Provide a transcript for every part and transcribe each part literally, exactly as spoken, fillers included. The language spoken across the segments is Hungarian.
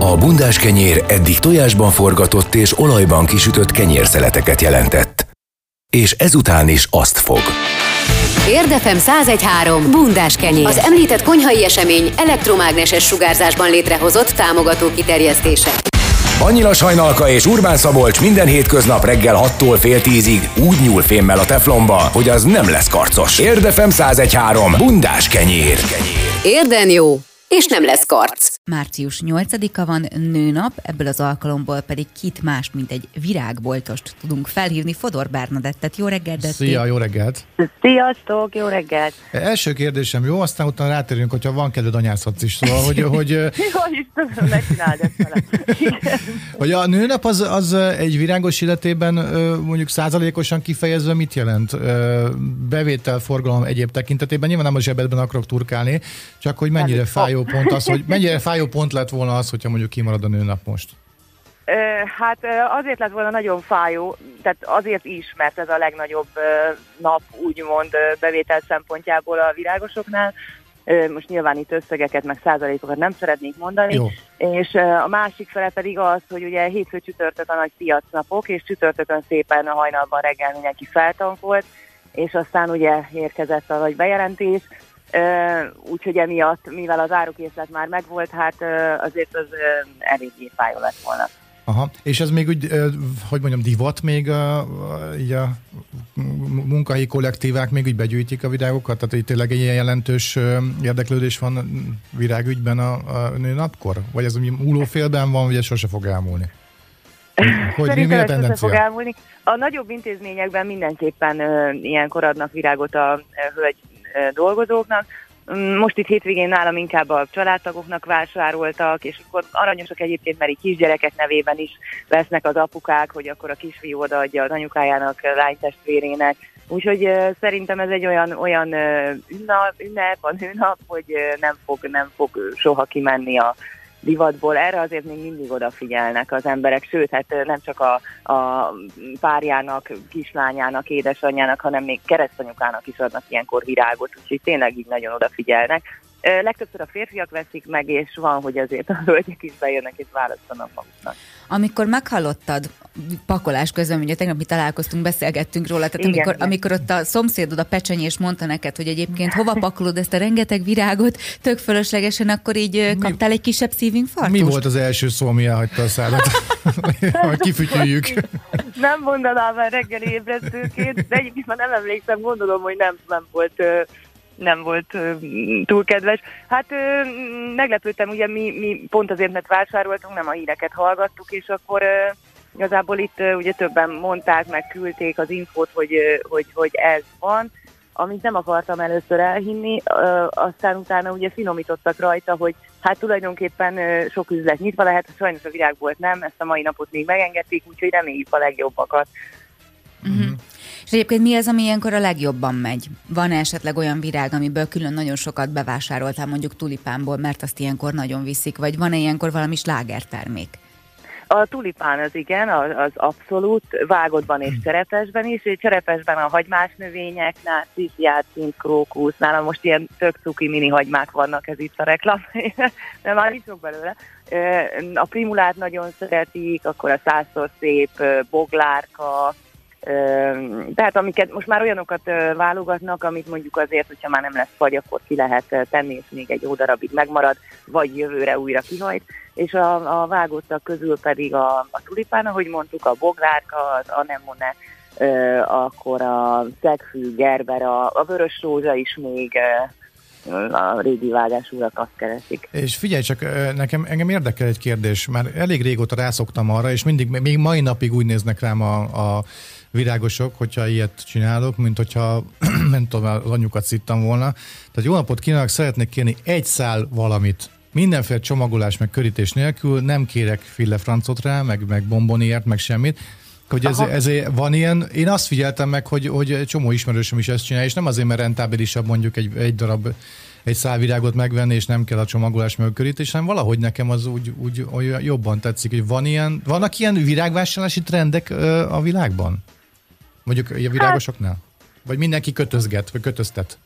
A bundás kenyér eddig tojásban forgatott és olajban kisütött kenyérszeleteket jelentett. És ezután is azt fog. Érdefem száz egy három bundás kenyér. Az említett konyhai esemény elektromágneses sugárzásban létrehozott támogató kiterjesztése. Annyila Sajnalka és Urbán Szabolcs minden hétköznap reggel hattól fél tízig úgy nyúl fémmel a teflonba, hogy az nem lesz karcos. Érdefem száz egy három bundás kenyér. Érden jó, és nem lesz karc. Március nyolcadika van, nőnap, ebből az alkalomból pedig kit más, mint egy virágboltost tudunk felhívni, Fodor Bernadettet. Jó reggelt, Detti! Szia, jó reggelt! Sziasztok, jó reggelt! Első kérdésem, jó, aztán utána rátérünk, hogyha van kedved, anyázhatsz is, szóval, hogy... hogy Jó, Istenem, megcsináld ezt velem. Hogy a nőnap az, az egy virágos életében mondjuk százalékosan kifejezve mit jelent? Bevétel, forgalom egyéb tekintetében, nyilván nem a zsebedben akarok turkálni, csak hogy mennyire fájó pont az, hogy mennyire fájó pont lett volna az, hogyha mondjuk kimarad a nőnap most? Hát azért lett volna nagyon fájó, tehát azért is, mert ez a legnagyobb nap, úgymond bevétel szempontjából a virágosoknál. Most nyilván itt összegeket, meg százalékokat nem szeretnék mondani. Jó. És a másik fele pedig az, hogy ugye hétfő csütörtök a nagy piacnapok, és csütörtökön szépen a hajnalban reggel mindenki feltankolt, és aztán ugye érkezett a nagy bejelentés. Uh, úgyhogy emiatt, mivel az árukészlet már megvolt, hát uh, azért az uh, eléggé fájó lett volna. Aha, és ez még úgy, uh, hogy mondjam, divat még a, uh, így a munkahelyi kollektívák még úgy begyűjtik a virágokat? Tehát így tényleg egy ilyen jelentős uh, érdeklődés van virágügyben a, a nőnapkor? Vagy ez úgy múlófélben van, vagy ez sose fog elmúlni? Hogy Szerintem mi a tendencia? Fog elmúlni. A nagyobb intézményekben mindenképpen uh, ilyenkor adnak virágot a uh, hölgy dolgozóknak. Most itt hétvégén nálam inkább a családtagoknak vásároltak, és akkor aranyosak egyébként, mert így kisgyerekek nevében is vesznek az apukák, hogy akkor a kisfiú odaadja az anyukájának, lánytestvérének. Úgyhogy uh, szerintem ez egy olyan, olyan uh, ünnep, ünnep, a nőnap, hogy uh, nem fog, nem fog soha kimenni a divatból. Erre azért még mindig odafigyelnek az emberek, sőt, hát nem csak a, a párjának, kislányának, édesanyjának, hanem még keresztanyukának is adnak ilyenkor virágot, úgyhogy tényleg így nagyon odafigyelnek. Legtöbbször a férfiak veszik meg, és van, hogy azért a hölgyek is bejönnek és választanak maguknak. Amikor meghallottad pakolás közben, ugye tegnap mi találkoztunk, beszélgettünk róla, tehát igen, amikor, igen. amikor ott a szomszédod, a pecsenyés mondta neked, hogy egyébként hova pakolod ezt a rengeteg virágot, tök fölöslegesen, akkor így mi, kaptál egy kisebb szívinfarktust? Mi volt az első szó, ami elhagyta a szádat? Kifütyüljük. Nem mondanám már reggeli ébresztőként, de egyébként már nem emlékszem, gondolom, hogy nem, nem volt... nem volt uh, túl kedves. Hát uh, meglepődtem, ugye mi, mi pont azért, mert vásároltunk, nem a híreket hallgattuk, és akkor uh, igazából itt uh, ugye többen mondták, meg küldték az infót, hogy, uh, hogy, hogy ez van, amit nem akartam először elhinni, uh, aztán utána ugye finomítottak rajta, hogy hát tulajdonképpen uh, sok üzlet nyitva lehet, sajnos a virágbolt nem, ezt a mai napot még megengedték, úgyhogy reméljük a legjobbakat. Uh-huh. És egyébként mi az, ami ilyenkor a legjobban megy? Van esetleg olyan virág, amiből külön nagyon sokat bevásároltál, mondjuk tulipánból, mert azt ilyenkor nagyon viszik, vagy van-e ilyenkor valami slágertermék? A tulipán az igen, az, az abszolút, vágottban és cserepesben is. Cserepesben a hagymás növények, nárcisz, jászint, krókusz, nálam most ilyen tök cuki mini hagymák vannak, ez itt a reklám, de már nincs sok belőle. A primulát nagyon szeretik, akkor a százszor szép, boglárka, tehát amiket most már olyanokat válogatnak, amit mondjuk azért, hogyha már nem lesz fagy, akkor ki lehet tenni, és még egy jó darabig megmarad, vagy jövőre újra kihajt. És a, a vágottak közül pedig a, a tulipán, ahogy mondtuk, a boglárka, az anemone, akkor a szegfű, gerber, a, a vörös rózsa is még a régi vágásúrak azt keresik. És figyelj csak, nekem engem érdekel egy kérdés, már elég régóta rászoktam arra, és mindig, még mai napig úgy néznek rám a, a virágosok, hogyha ilyet csinálok, mint hogyha nem tudom, az anyukat szittam volna. Tehát jó napot kívánok, szeretnék kérni egy szál valamit. Mindenféle csomagolás, meg körítés nélkül, nem kérek fillefrancot rá, meg, meg bomboniért, meg semmit. Hogy ez, ezért van ilyen, én azt figyeltem meg, hogy, hogy egy csomó ismerősöm is ezt csinálja, és nem azért, mert rentábilisabb mondjuk egy, egy darab, egy szál virágot megvenni, és nem kell a csomagolás meg a körítés, hanem valahogy nekem az úgy, úgy olyan jobban tetszik, hogy van ilyen, vannak ilyen virágvásárlási trendek a világban? Mondjuk a virágosoknál? Vagy mindenki kötözget, vagy kötöztet?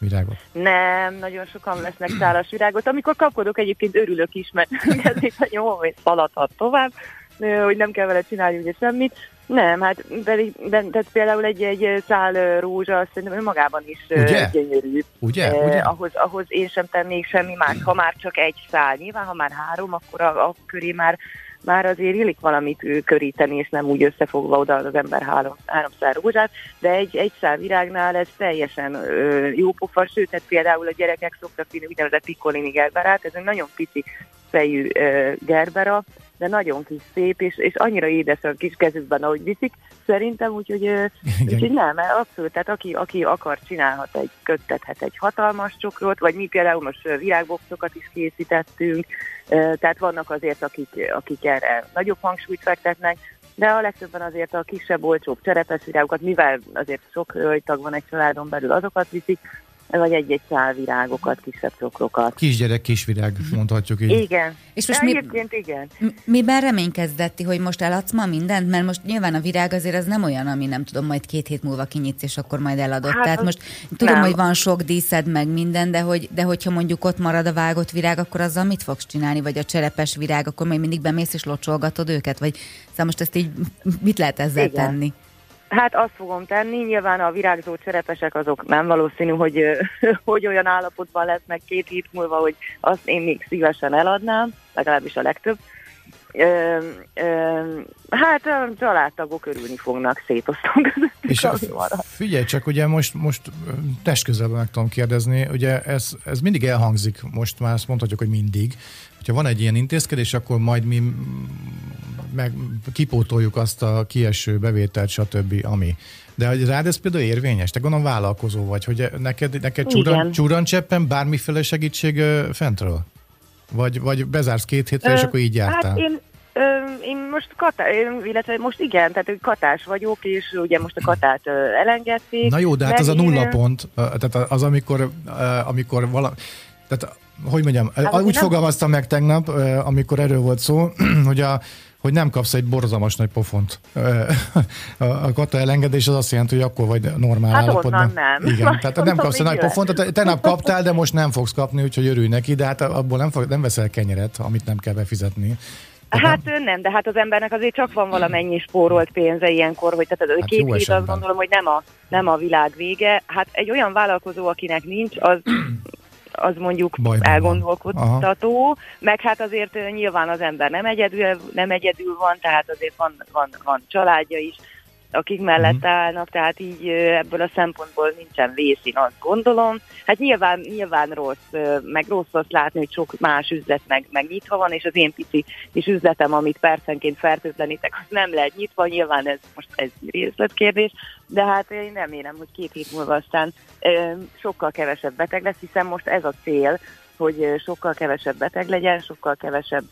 virágot? Nem, nagyon sokan vesznek szálas virágot. Amikor kapkodok, egyébként örülök is, mert ezért a nyomom, hogy szaladhat tovább, hogy nem kell vele csinálni ugye semmit. Nem, hát de, de, de például egy, egy szál rózsa, azt szerintem önmagában is ugye? gyönyörű. Ugye? Eh, Ugye? ahhoz, ahhoz én sem tennék semmi más, ha már csak egy szál. Nyilván, ha már három, akkor a, a köré már, már azért illik valamit köríteni, és nem úgy összefogva oda az ember három, három szál rózsát, de egy, egy szál virágnál ez teljesen ö, jó pofa, sőt, hát például a gyerekek szoktak vinni úgynevezett piccolini gerberát, ez egy nagyon pici fejű ö, gerbera, de nagyon kis szép, és, és annyira édes a kis kezükben, ahogy viszik, szerintem, úgyhogy, úgyhogy nem, abszolút, tehát aki, aki akar, csinálhat egy, köttethet egy hatalmas csokrot, vagy mi például most virágboxokat is készítettünk, tehát vannak azért, akik, akik erre nagyobb hangsúlyt fektetnek, de a legtöbben azért a kisebb, olcsóbb cserepes virágokat, mivel azért sok tag van egy családon belül, azokat viszik, vagy egy-egy szál virágokat, kisebb csokrokat. Kisgyerek, kisvirág, mondhatjuk így. Igen. És most de mi, egyébként igen. miben reménykezdett, hogy most eladsz ma mindent? Mert most nyilván a virág azért az nem olyan, ami nem tudom, majd két hét múlva kinyitsz, és akkor majd eladod. Hát Tehát most tudom, nem. hogy van sok díszed, meg minden, de, hogy, de hogyha mondjuk ott marad a vágott virág, akkor azzal mit fogsz csinálni? Vagy a cserepes virág, akkor még mindig bemész és locsolgatod őket? Vagy szóval most ezt így mit lehet ezzel igen. tenni? Hát azt fogom tenni, nyilván a virágzó cserepesek azok nem valószínű, hogy, hogy olyan állapotban lesznek két hét múlva, hogy azt én még szívesen eladnám, legalábbis a legtöbb. Ö, ö, hát a családtagok örülni fognak, szétosztom És figyelj csak, ugye most, most testközelben meg tudom kérdezni, ugye ez, ez mindig elhangzik, most már azt mondhatjuk, hogy mindig, hogyha van egy ilyen intézkedés, akkor majd mi meg kipótoljuk azt a kieső bevételt, stb. Ami. De hogy rád ez például érvényes? Te gondolom vállalkozó vagy, hogy neked, neked csúran, csúran cseppen bármiféle segítség ö, fentről? Vagy, vagy bezársz két hétre, ö, és akkor így jártál? Hát én, ö, én most katá, illetve most igen, tehát katás vagyok, és ugye most a katát ö, elengedték. Na jó, de hát az a nulla pont, tehát az amikor, amikor valami... Tehát, hogy mondjam, hát, úgy nem... fogalmaztam meg tegnap, amikor erről volt szó, hogy, a, hogy nem kapsz egy borzalmas nagy pofont. A kata elengedés az azt jelenti, hogy akkor vagy normál hát állapotban. Hát nem. Igen, Majd tehát nem kapsz egy nagy pofont, te nap kaptál, de most nem fogsz kapni, úgyhogy örülj neki, de hát abból nem, fog, nem veszel kenyeret, amit nem kell befizetni. Tehát hát nem? nem, de hát az embernek azért csak van valamennyi spórolt pénze ilyenkor, hogy tehát hát két hét azt gondolom, hogy nem a, nem a világ vége. Hát egy olyan vállalkozó, akinek nincs, az... az mondjuk bajban elgondolkodtató, meg hát azért nyilván az ember nem egyedül, nem egyedül van, tehát azért van, van, van családja is, akik mellett mm. állnak, tehát így ebből a szempontból nincsen vész, én azt gondolom. Hát nyilván, nyilván rossz, meg rossz azt látni, hogy sok más üzlet meg, meg nyitva van, és az én pici kis üzletem, amit percenként fertőtlenítek, az nem lehet nyitva, nyilván ez most ez részletkérdés, de hát én remélem, hogy két hét múlva aztán sokkal kevesebb beteg lesz, hiszen most ez a cél, hogy sokkal kevesebb beteg legyen, sokkal kevesebb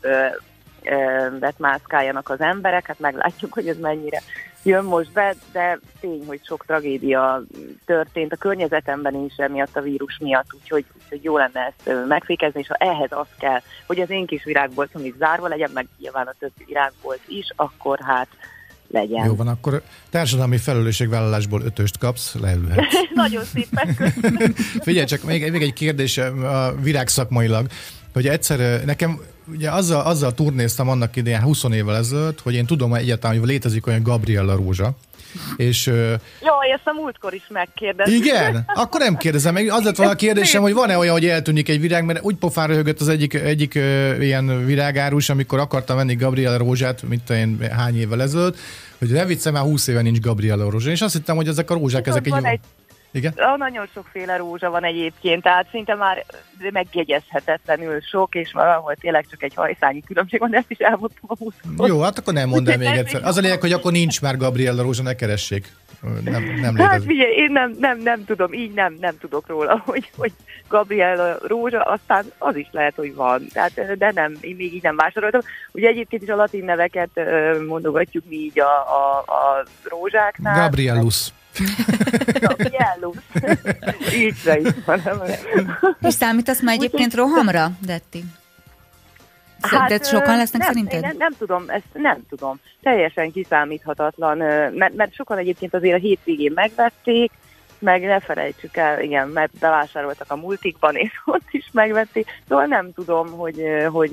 betmászkáljanak az emberek, hát meglátjuk, hogy ez mennyire jön most be, de tény, hogy sok tragédia történt a környezetemben is emiatt a vírus miatt, úgyhogy, úgyhogy jó lenne ezt megfékezni, és ha ehhez az kell, hogy az én kis virágboltom is zárva legyen, meg nyilván a többi virágbolt is, akkor hát legyen. Jó van, akkor társadalmi felelősségvállalásból ötöst kapsz, leülhetsz. Nagyon szépen köszönöm. Figyelj csak, még, még egy kérdés a virágszakmailag, hogy egyszer nekem ugye azzal, azzal turnéztam annak idején húsz évvel ezelőtt, hogy én tudom egyáltalán, hogy létezik olyan Gabriella rózsa, és... Jaj, ezt a múltkor is megkérdeztem. Igen? Akkor nem kérdezem. Az lett volna a kérdésem, hogy van-e olyan, hogy eltűnik egy virág, mert úgy pofán röhögött az egyik, egyik uh, ilyen virágárus, amikor akartam venni Gabriella rózsát, mint én hány évvel ezelőtt, hogy ne viccem, már húsz éve nincs Gabriella rózsa. És azt hittem, hogy ezek a rózsák, ezek egy jó... Egy... Igen? Nagyon sokféle rózsa van egyébként, tehát szinte már megjegyezhetetlenül sok, és valahol tényleg csak egy hajszányi különbség van, de ezt is elmondtam a húszkor. Jó, hát akkor nem mondd el még egyszer. Az a lényeg, hogy akkor nincs már Gabriella rózsa, ne keressék. Nem, nem hát figyelj, én nem, nem, nem tudom, így nem, nem tudok róla, hogy, hogy Gabriella rózsa, aztán az is lehet, hogy van. Tehát, de nem, én még így nem vásároltam. Ugye egyébként is a latin neveket mondogatjuk mi így a, a, a rózsáknál. Gabriellus. Gabriellus. Ígyre is van. És számítasz már egyébként rohamra, Detti? Hát, de sokan lesznek nem, szerinted? Nem, nem tudom, ezt nem tudom. Teljesen kiszámíthatatlan, mert, mert sokan egyébként azért a hétvégén megvették, meg ne felejtsük el, igen, mert bevásároltak a multikban, és ott is megvették, szóval nem tudom, hogy, hogy,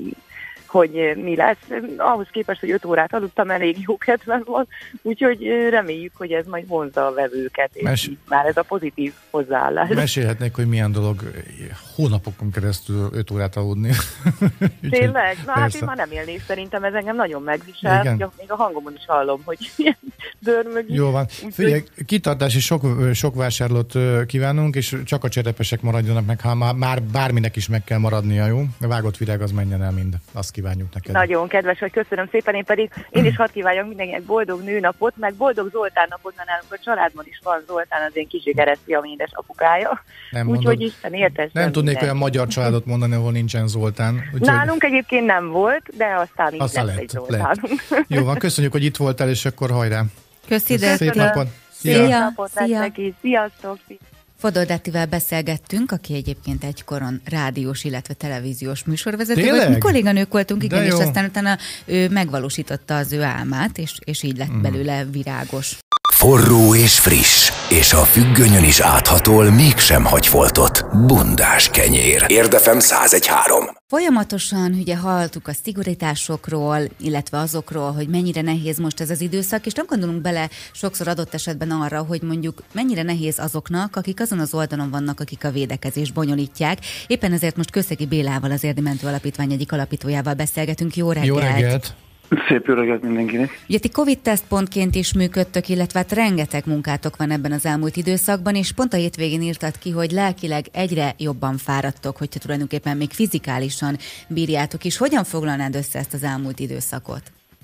hogy mi lesz. Ahhoz képest, hogy öt órát aludtam, elég jó kedvem van, úgyhogy reméljük, hogy ez majd vonzza a vevőket, és Mes- már ez a pozitív hozzáállás. Mesélhetnék, hogy milyen dolog hónapokon keresztül öt órát aludni. Tényleg? Na hát én már nem élnék, szerintem ez engem nagyon megvisel, ja, még a hangomon is hallom, hogy ilyen dörmög. Jó van. Figyelj, kitartás és sok, sok vásárlót kívánunk, és csak a cserepesek maradjanak meg, ha már, már bárminek is meg kell maradnia, jó? A vágott virág az menjen el mind. Azt kívánjuk neked. Nagyon kedves vagy, köszönöm szépen, én pedig én is hadd kívánjak mindenkinek boldog nőnapot, meg boldog Zoltán napot, mert nálunk a családban is van Zoltán, az én kicsi keresztfiam, édes apukája. Úgyhogy Isten értes. Nem tudnék minden. Olyan magyar családot mondani, ahol nincsen Zoltán. Úgy, nálunk hogy... egyébként nem volt, de aztán így aztán lesz lett, egy Zoltánunk. Jó van, köszönjük, hogy itt voltál, és akkor hajrá. Köszi, szép napot. Szia. Szia. Napot Szia. Sziasztok. Fodor Dettivel beszélgettünk, aki egyébként egykoron rádiós, illetve televíziós műsorvezető Tényleg? volt. Mi kolléganők voltunk, igen, de és jó. aztán utána ő megvalósította az ő álmát, és, és így lett hmm. belőle virágos. Forró és friss, és a függönyön is áthatol, mégsem hagy foltot. Bundás kenyér. Érdefem száz egy három. Folyamatosan ugye hallottuk a szigorításokról, illetve azokról, hogy mennyire nehéz most ez az időszak, és nem gondolunk bele sokszor adott esetben arra, hogy mondjuk mennyire nehéz azoknak, akik azon az oldalon vannak, akik a védekezést bonyolítják. Éppen ezért most Köszegi Bélával, az Érdi Mentő Alapítvány egyik alapítójával beszélgetünk. Jó reggelt! Jó reggelt! Szép jó reggelt mindenkinek! Ugye ti Covid-tesztpontként is működtök, illetve hát rengeteg munkátok van ebben az elmúlt időszakban, és pont a hétvégén írtad ki, hogy lelkileg egyre jobban fáradtok, hogyha tulajdonképpen még fizikálisan bírjátok is. Hogyan foglalnád össze ezt az elmúlt időszakot?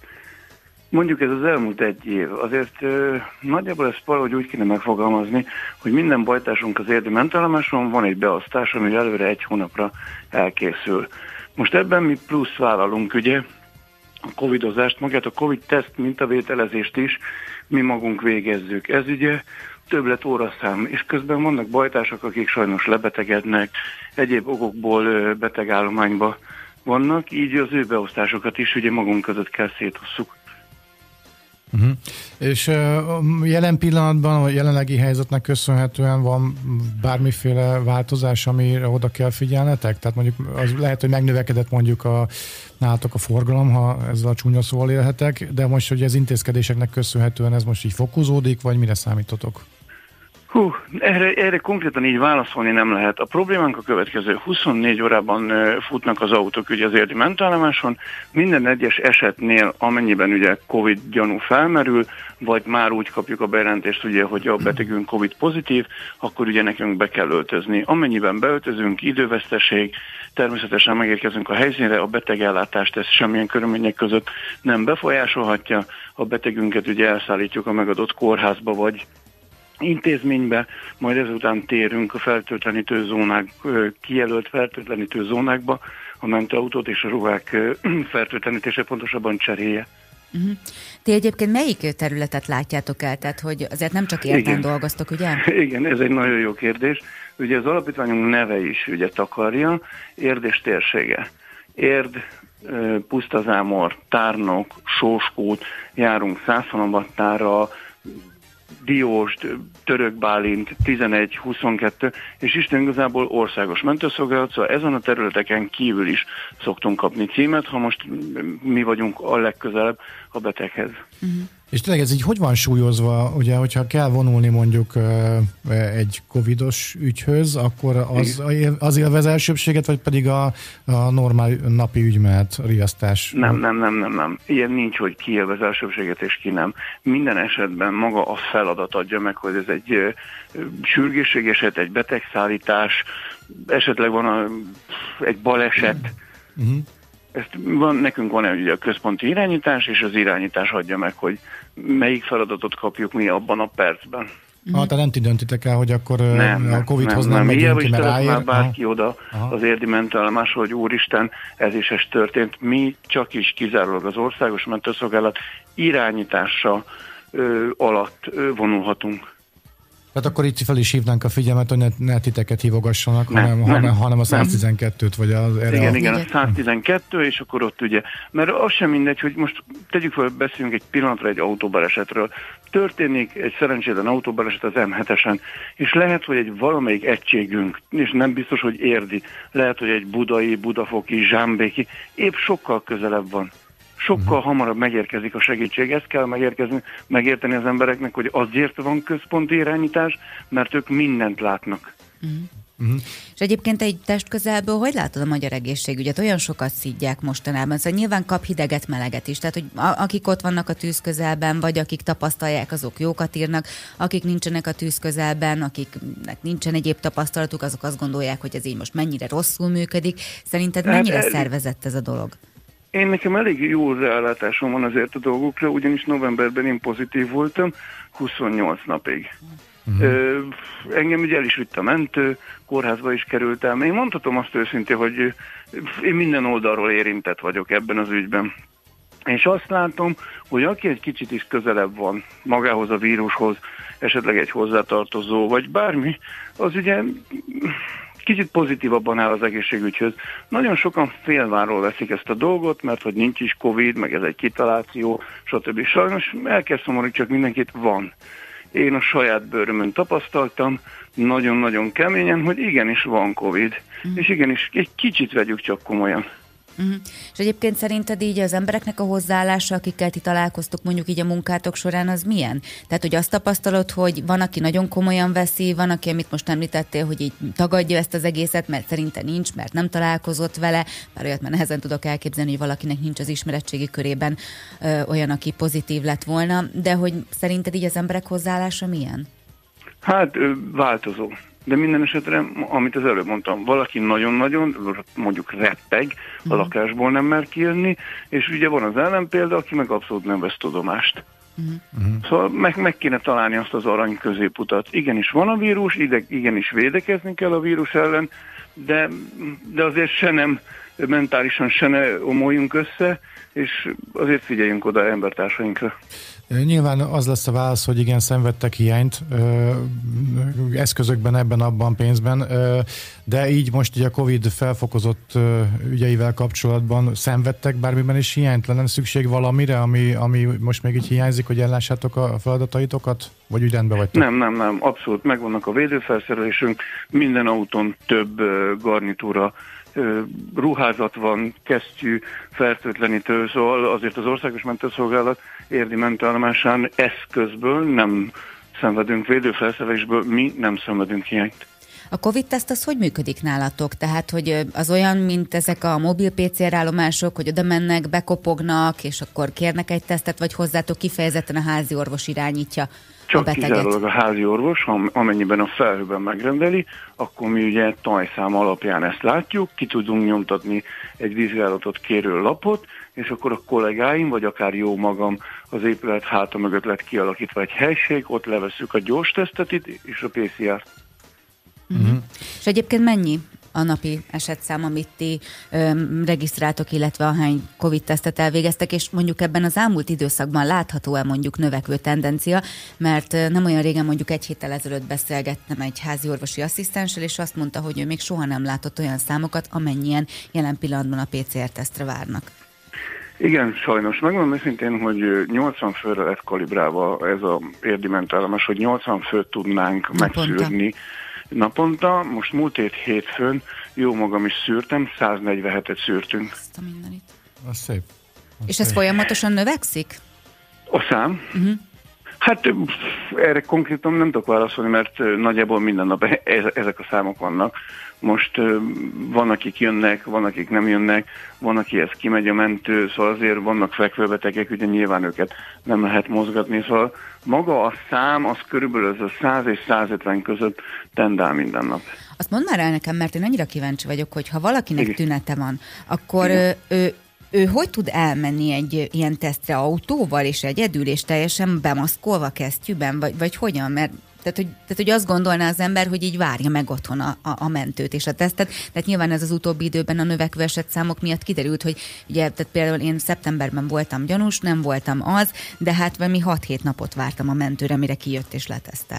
Mondjuk ez az elmúlt egy év. Azért ö, nagyjából ezt valahogy úgy kéne megfogalmazni, hogy minden bajtársunk az érdi mentállomáson van egy beosztás, ami előre egy hónapra elkészül. Most ebben mi plusz vállalunk, ugye, a covidozást, magát a Covid-teszt mintavételezést is mi magunk végezzük. Ez ugye többlet óraszám, és közben vannak bajtársak, akik sajnos lebetegednek, egyéb okokból betegállományba vannak, így az ő beosztásokat is ugye magunk között kell szétosszuk. Uh-huh. És uh, jelen pillanatban, a jelenlegi helyzetnek köszönhetően van bármiféle változás, amire oda kell figyelnetek? Tehát mondjuk az lehet, hogy megnövekedett mondjuk a, nálatok a forgalom, ha ezzel a csúnya szóval élhetek, de most, hogy az intézkedéseknek köszönhetően ez most így fokozódik, vagy mire számítotok? Hú, erre, erre konkrétan így válaszolni nem lehet. A problémánk a következő. huszonnégy órában futnak az autók ugye az érdi mentállomáson. Minden egyes esetnél, amennyiben ugye Covid gyanú felmerül, vagy már úgy kapjuk a bejelentést, ugye, hogy a betegünk Covid pozitív, akkor ugye nekünk be kell öltözni. Amennyiben beöltözünk, időveszteség, természetesen megérkezünk a helyszínre, a betegellátást ez semmilyen körülmények között nem befolyásolhatja. A betegünket ugye elszállítjuk a megadott kórházba, vagy intézménybe, majd ezután térünk a fertőtlenítő zónák, kijelölt fertőtlenítő zónákba, a mentőautót és a ruhák fertőtlenítése, pontosabban cseréje. Uh-huh. Ti egyébként melyik területet látjátok el? Tehát, hogy azért nem csak Érden dolgoztok, ugye? Igen, ez egy nagyon jó kérdés. Ugye az alapítványunk neve is ugye takarja, Érd és térsége. Érd, Pusztazámor, Tárnok, Sóskút, járunk Szászhalombattára, Diósd, Török Bálint, tizenegy, huszonkettő, és Isten igazából országos mentőszolgálat, szóval ezen a területeken kívül is szoktunk kapni címet, ha most mi vagyunk a legközelebb a beteghez. Uh-huh. És tényleg ez így hogy van súlyozva, ugye, hogyha kell vonulni mondjuk egy covidos ügyhöz, akkor az, az élvez elsőbséget, vagy pedig a, a normál napi ügymenet, riasztás? Nem, nem, nem, nem, nem. Ilyen nincs, hogy ki élvez elsőbséget és ki nem. Minden esetben maga a feladat adja meg, hogy ez egy uh, sürgősség eset, egy betegszállítás, esetleg van a, egy baleset. Uh-huh. Ezt van, nekünk van ugye a központi irányítás, és az irányítás adja meg, hogy melyik feladatot kapjuk mi abban a percben. Mm-hmm. Ah, tehát nem ti döntitek el, hogy akkor nem, a Covid-hoz nem, nem, nem megyünk ki, mert ráér. Már bárki aha. oda aha. az érdi mentőállomásra, hogy úristen, ez is ez történt. Mi csak is kizárólag az országos mentőszolgálat irányítása ö, alatt ö, vonulhatunk. Tehát akkor itt fel is hívnánk a figyelmet, hogy ne, ne titeket hívogassanak, nem, hanem, nem, hanem, hanem a száztizenkettőt, vagy az erre. Igen, a... igen, a száztizenkettő, és akkor ott ugye, mert az sem mindegy, hogy most tegyük fel, beszéljünk egy pillanatra egy autóbalesetről. Történik egy szerencsétlen autóbaleset az em hetesen, és lehet, hogy egy valamelyik egységünk, és nem biztos, hogy érdi, lehet, hogy egy budai, budafoki, zsámbéki, épp sokkal közelebb van. Sokkal uh-huh. hamarabb megérkezik a segítség. Ezt kell megérkezni, megérteni az embereknek, hogy azért van központi irányítás, mert ők mindent látnak. Uh-huh. Uh-huh. És egyébként egy testközelből hogy látod a magyar egészségügyet? Olyan sokat szidják mostanában, szóval nyilván kap hideget, meleget is. Tehát, hogy a- akik ott vannak a tűz közelben, vagy akik tapasztalják, azok jókat írnak, akik nincsenek a tűz közelben, akiknek nincsen egyéb tapasztalatuk, azok azt gondolják, hogy ez így most mennyire rosszul működik. Szerinted mennyire hát, szervezett ez a dolog? Én nekem elég jó rálátásom van azért a dolgokra, ugyanis novemberben én pozitív voltam, huszonnyolc napig. Uh-huh. Ö, engem ugye el is vitt a mentő, kórházba is kerültem. Én mondhatom azt őszintén, hogy én minden oldalról érintett vagyok ebben az ügyben. És azt látom, hogy aki egy kicsit is közelebb van magához a vírushoz, esetleg egy hozzátartozó, vagy bármi, az ugye kicsit pozitívabban áll az egészségügyhöz. Nagyon sokan félvárról veszik ezt a dolgot, mert hogy nincs is Covid, meg ez egy kitaláció, stb. Sajnos el kell szomorítani, csak mindenkit van. Én a saját bőrömön tapasztaltam, nagyon-nagyon keményen, hogy igenis van Covid, mm. és igenis egy kicsit vegyük csak komolyan. Uh-huh. És egyébként szerinted így az embereknek a hozzáállása, akikkel ti találkoztok mondjuk így a munkátok során, az milyen? Tehát, hogy azt tapasztalod, hogy van, aki nagyon komolyan veszi, van, aki, amit most említettél, hogy így tagadja ezt az egészet, mert szerinte nincs, mert nem találkozott vele, bár olyat már nehezen tudok elképzelni, hogy valakinek nincs az ismeretségi körében ö, olyan, aki pozitív lett volna, de hogy szerinted így az emberek hozzáállása milyen? Hát változó. De minden esetre, amit az előbb mondtam, valaki nagyon-nagyon, mondjuk retteg, a lakásból nem mer kijönni, és ugye van az ellenpélda, aki meg abszolút nem vesz tudomást. Uh-huh. Szóval meg, meg kéne találni azt az arany középutat. Igenis van a vírus, ide, igenis védekezni kell a vírus ellen, de, de azért se nem mentálisan se ne omoljunk össze, és azért figyeljünk oda embertársainkra. Nyilván az lesz a válasz, hogy igen, szenvedtek hiányt ö, eszközökben, ebben, abban, pénzben, ö, de így most ugye a Covid felfokozott ö, ügyeivel kapcsolatban szenvedtek bármiben is hiányt? Lenne szükség valamire, ami, ami most még így hiányzik, hogy ellássátok a feladataitokat? Vagy úgy rendben vagytok? Nem, nem, nem, abszolút megvannak a védőfelszerelésünk, minden autón több ö, garnitúra, ruházat van, kesztyű, fertőtlenítő, szóval azért az Országos Mentőszolgálat érdi mentőállomásán eszközből nem szenvedünk, védőfelszerelésből mi nem szenvedünk hiányt. A Covid-teszt az hogy működik nálatok? Tehát, hogy az olyan, mint ezek a mobil pé cé er állomások, hogy oda mennek, bekopognak, és akkor kérnek egy tesztet, vagy hozzátok kifejezetten a házi orvos irányítja Csak a beteget? kizárólag a házi orvos, amennyiben a felhőben megrendeli, akkor mi ugye tajszám alapján ezt látjuk, ki tudunk nyomtatni egy vizsgálatot kérő lapot, és akkor a kollégáim, vagy akár jó magam az épület háta mögött lett kialakítva egy helység, ott levesszük a gyors tesztet itt, és a pé cé er. Uh-huh. És egyébként mennyi a napi esetszám, amit ti ö, regisztráltok, illetve ahány Covid-tesztet elvégeztek, és mondjuk ebben az elmúlt időszakban látható-e mondjuk növekvő tendencia, mert nem olyan régen, mondjuk egy héttel ezelőtt beszélgettem egy házi orvosi asszisztenssel, és azt mondta, hogy ő még soha nem látott olyan számokat, amennyien jelen pillanatban a pé cé er-tesztre várnak. Igen, sajnos. Megmondom őszintén, hogy nyolcvan főre lett kalibrálva ez a érdi mentőállomás, hogy nyolcvan főt tudnánk naponta megszűrni naponta. Most múlt hét hétfőn jó magam is szűrtem, száznegyvenhetet szűrtünk. Azt a mindenit. Az szép. Az És szép. ez folyamatosan növekszik? A szám? Uh-huh. Hát pff, erre konkrétan nem tudok válaszolni, mert nagyjából minden nap ezek a számok vannak. Most van, akik jönnek, van, akik nem jönnek, van, akihez kimegy a mentő, szóval azért vannak fekvőbetegek, ugye nyilván őket nem lehet mozgatni, szóval maga a szám az körülbelül ez a száz és százötven között tendál minden nap. Azt mondd már el nekem, mert én annyira kíváncsi vagyok, hogy ha valakinek Igen. tünete van, akkor ő, ő, ő hogy tud elmenni egy ilyen tesztre autóval és egyedül, és teljesen bemaszkolva kesztyűben, vagy, vagy hogyan? Mert Tehát hogy, tehát, hogy azt gondolná az ember, hogy így várja meg otthon a, a, a mentőt és a tesztet. Tehát nyilván ez az utóbbi időben a növekvő esetszámok miatt kiderült, hogy ugye, tehát például én szeptemberben voltam gyanús, nem voltam az, de hát valami hat-hét napot vártam a mentőre, mire kijött és letesztelt.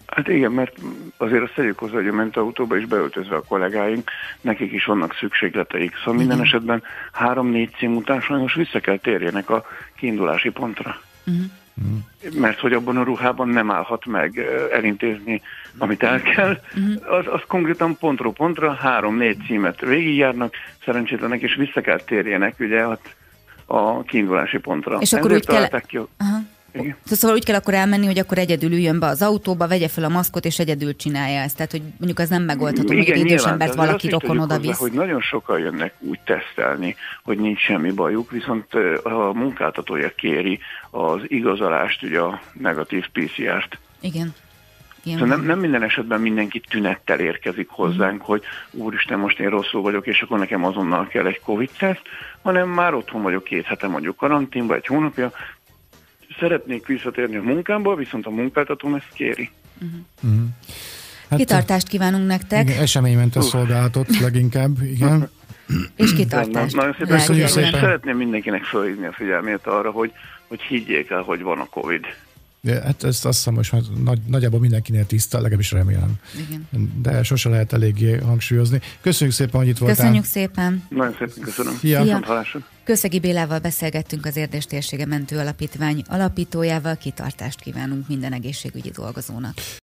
Hát igen, mert azért azt tegyük hozzá, hogy a mentőautóba is beöltözve a kollégáink, nekik is vannak szükségleteik. Szóval minden uh-huh. esetben három-négy cím után sajnos vissza kell térjenek a kiindulási pontra. Uh-huh. Uh-huh. Mert hogy abban a ruhában nem állhat meg elintézni, amit el kell, uh-huh. az, az konkrétan pontról pontra három-négy címet végigjárnak, szerencsétlenek, és vissza kell térjenek ugye a kiindulási pontra. És akkor úgy kell... Ki... Igen. Szóval úgy kell akkor elmenni, hogy akkor egyedül üljön be az autóba, vegye fel a maszkot, és egyedül csinálja ezt. Tehát, hogy mondjuk az nem megoldható, hogy egy idős embert valaki rokon oda visz. Hogy nagyon sokan jönnek úgy tesztelni, hogy nincs semmi bajuk, viszont a munkáltatója kéri az igazolást, ugye a negatív pé cé er-t. Igen. Szóval nem, nem minden esetben mindenki tünettel érkezik hozzánk, mm. hogy úristen, most én rosszul vagyok, és akkor nekem azonnal kell egy Covid-teszt, hanem már otthon vagyok két hete, mondjuk karanténba, egy hónapja, szeretnék visszatérni a munkámba, viszont a munkáltatóm ezt kéri. Uh-huh. Uh-huh. Hát, kitartást kívánunk nektek. Igen, eseménymentes uh. szolgálatot leginkább, igen. És kitartást. Nagyon szépen, szépen. Szeretném mindenkinek felhívni a figyelmét arra, hogy, hogy higgyék el, hogy van a Covid. Ja, hát ezt azt hiszem, most már nagy, nagyjából mindenkinél tiszta, legalábbis remélem. Igen. De sose lehet eléggé hangsúlyozni. Köszönjük szépen, hogy itt voltál. Köszönjük szépen. Nagyon szépen köszönöm. Szia. Szia. Kőszegi Bélával beszélgettünk, az Érdés Térsége Mentő Alapítvány alapítójával. Kitartást kívánunk minden egészségügyi dolgozónak.